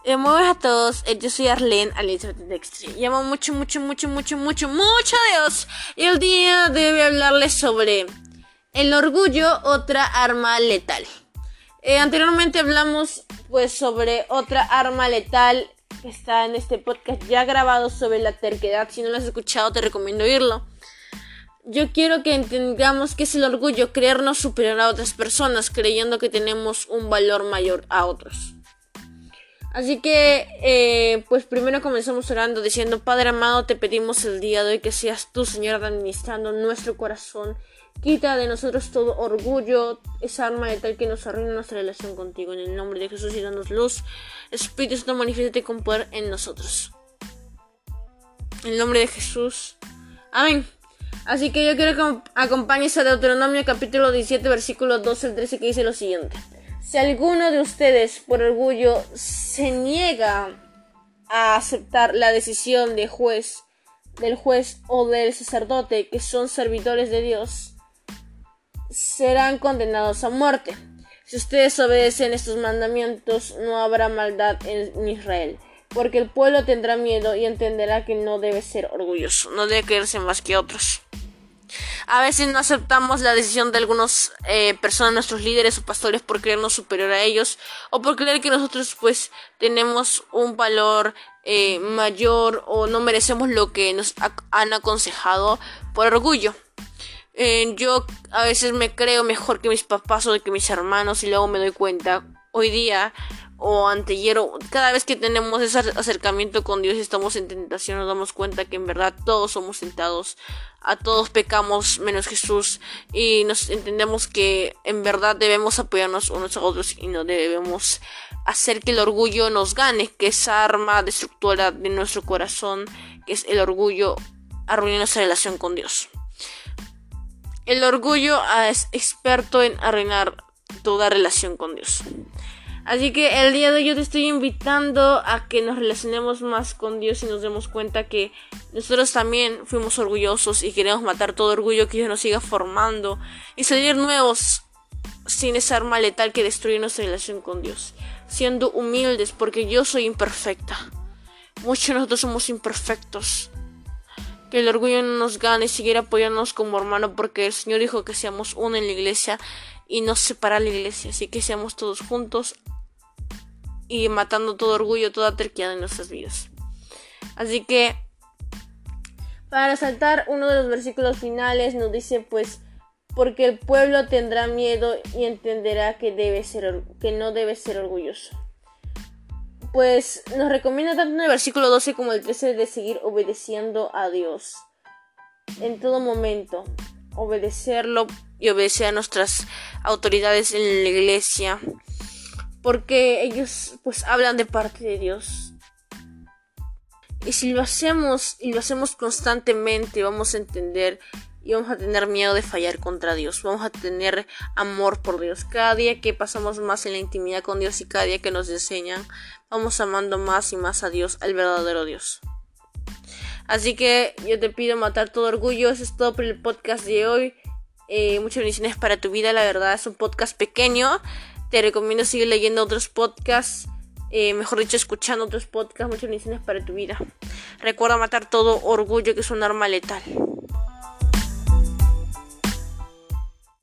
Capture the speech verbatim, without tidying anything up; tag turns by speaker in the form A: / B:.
A: Eh, muy buenas a todos, eh, yo soy Arlene Elizabeth Dexter. Llamo mucho, mucho, mucho, mucho, mucho, mucho a Dios. Y el día de hoy voy a hablarles sobre el orgullo, otra arma letal. Eh, anteriormente hablamos pues sobre otra arma letal que está en este podcast ya grabado sobre la terquedad. Si no lo has escuchado te recomiendo oírlo. Yo quiero que entendamos qué es el orgullo, creernos superior a otras personas, creyendo que tenemos un valor mayor a otros. Así que, eh, pues primero comenzamos orando diciendo: Padre amado, te pedimos el día de hoy que seas tú, Señor, administrando nuestro corazón. Quita de nosotros todo orgullo, esa arma letal que nos arruina nuestra relación contigo. En el nombre de Jesús, y danos luz. Espíritu Santo, manifiéstate con poder en nosotros. En el nombre de Jesús. Amén. Así que yo quiero que acompañes a Deuteronomio capítulo diecisiete, versículos doce al trece, que dice lo siguiente: Si alguno de ustedes por orgullo se niega a aceptar la decisión de juez, del juez o del sacerdote, que son servidores de Dios, serán condenados a muerte. Si ustedes obedecen estos mandamientos, no habrá maldad en Israel, porque el pueblo tendrá miedo y entenderá que no debe ser orgulloso, no debe creerse más que otros. A veces no aceptamos la decisión de algunas eh, personas, nuestros líderes o pastores, por creernos superior a ellos, o por creer que nosotros pues tenemos un valor eh, mayor o no merecemos lo que nos ac- han aconsejado por orgullo. Eh, yo a veces me creo mejor que mis papás o que mis hermanos, y luego me doy cuenta hoy día o anteayer, cada vez que tenemos ese acercamiento con Dios y estamos en tentación, nos damos cuenta que en verdad todos somos tentados, a todos pecamos menos Jesús, y nos entendemos que en verdad debemos apoyarnos unos a otros y no debemos hacer que el orgullo nos gane, que esa arma destructora de nuestro corazón, que es el orgullo, arruine nuestra relación con Dios. El orgullo es experto en arruinar toda relación con Dios. Así que el día de hoy yo te estoy invitando a que nos relacionemos más con Dios y nos demos cuenta que nosotros también fuimos orgullosos y queremos matar todo orgullo, que Dios nos siga formando y salir nuevos sin esa arma letal que destruye nuestra relación con Dios, siendo humildes, porque yo soy imperfecta. Muchos de nosotros somos imperfectos. Que el orgullo no nos gane y seguir apoyándonos como hermano, porque el Señor dijo que seamos uno en la iglesia y no separar la iglesia. Así que seamos todos juntos y matando todo orgullo, toda terquedad en nuestras vidas. Así que, para resaltar uno de los versículos finales, nos dice pues: porque el pueblo tendrá miedo y entenderá que debe ser, que no debe ser orgulloso. Pues nos recomienda tanto en el versículo doce como el trece de seguir obedeciendo a Dios en todo momento, obedecerlo y obedecer a nuestras autoridades en la iglesia, porque ellos pues hablan de parte de Dios. Y si lo hacemos y lo hacemos constantemente, vamos a entender y vamos a tener miedo de fallar contra Dios. Vamos a tener amor por Dios. Cada día que pasamos más en la intimidad con Dios y cada día que nos enseñan, vamos amando más y más a Dios, al verdadero Dios. Así que yo te pido matar todo orgullo. Eso es todo por el podcast de hoy. Eh, muchas bendiciones para tu vida. La verdad es un podcast pequeño. Te recomiendo seguir leyendo otros podcasts. Eh, mejor dicho, escuchando otros podcasts. Muchas bendiciones para tu vida. Recuerda matar todo orgullo, que es un arma letal.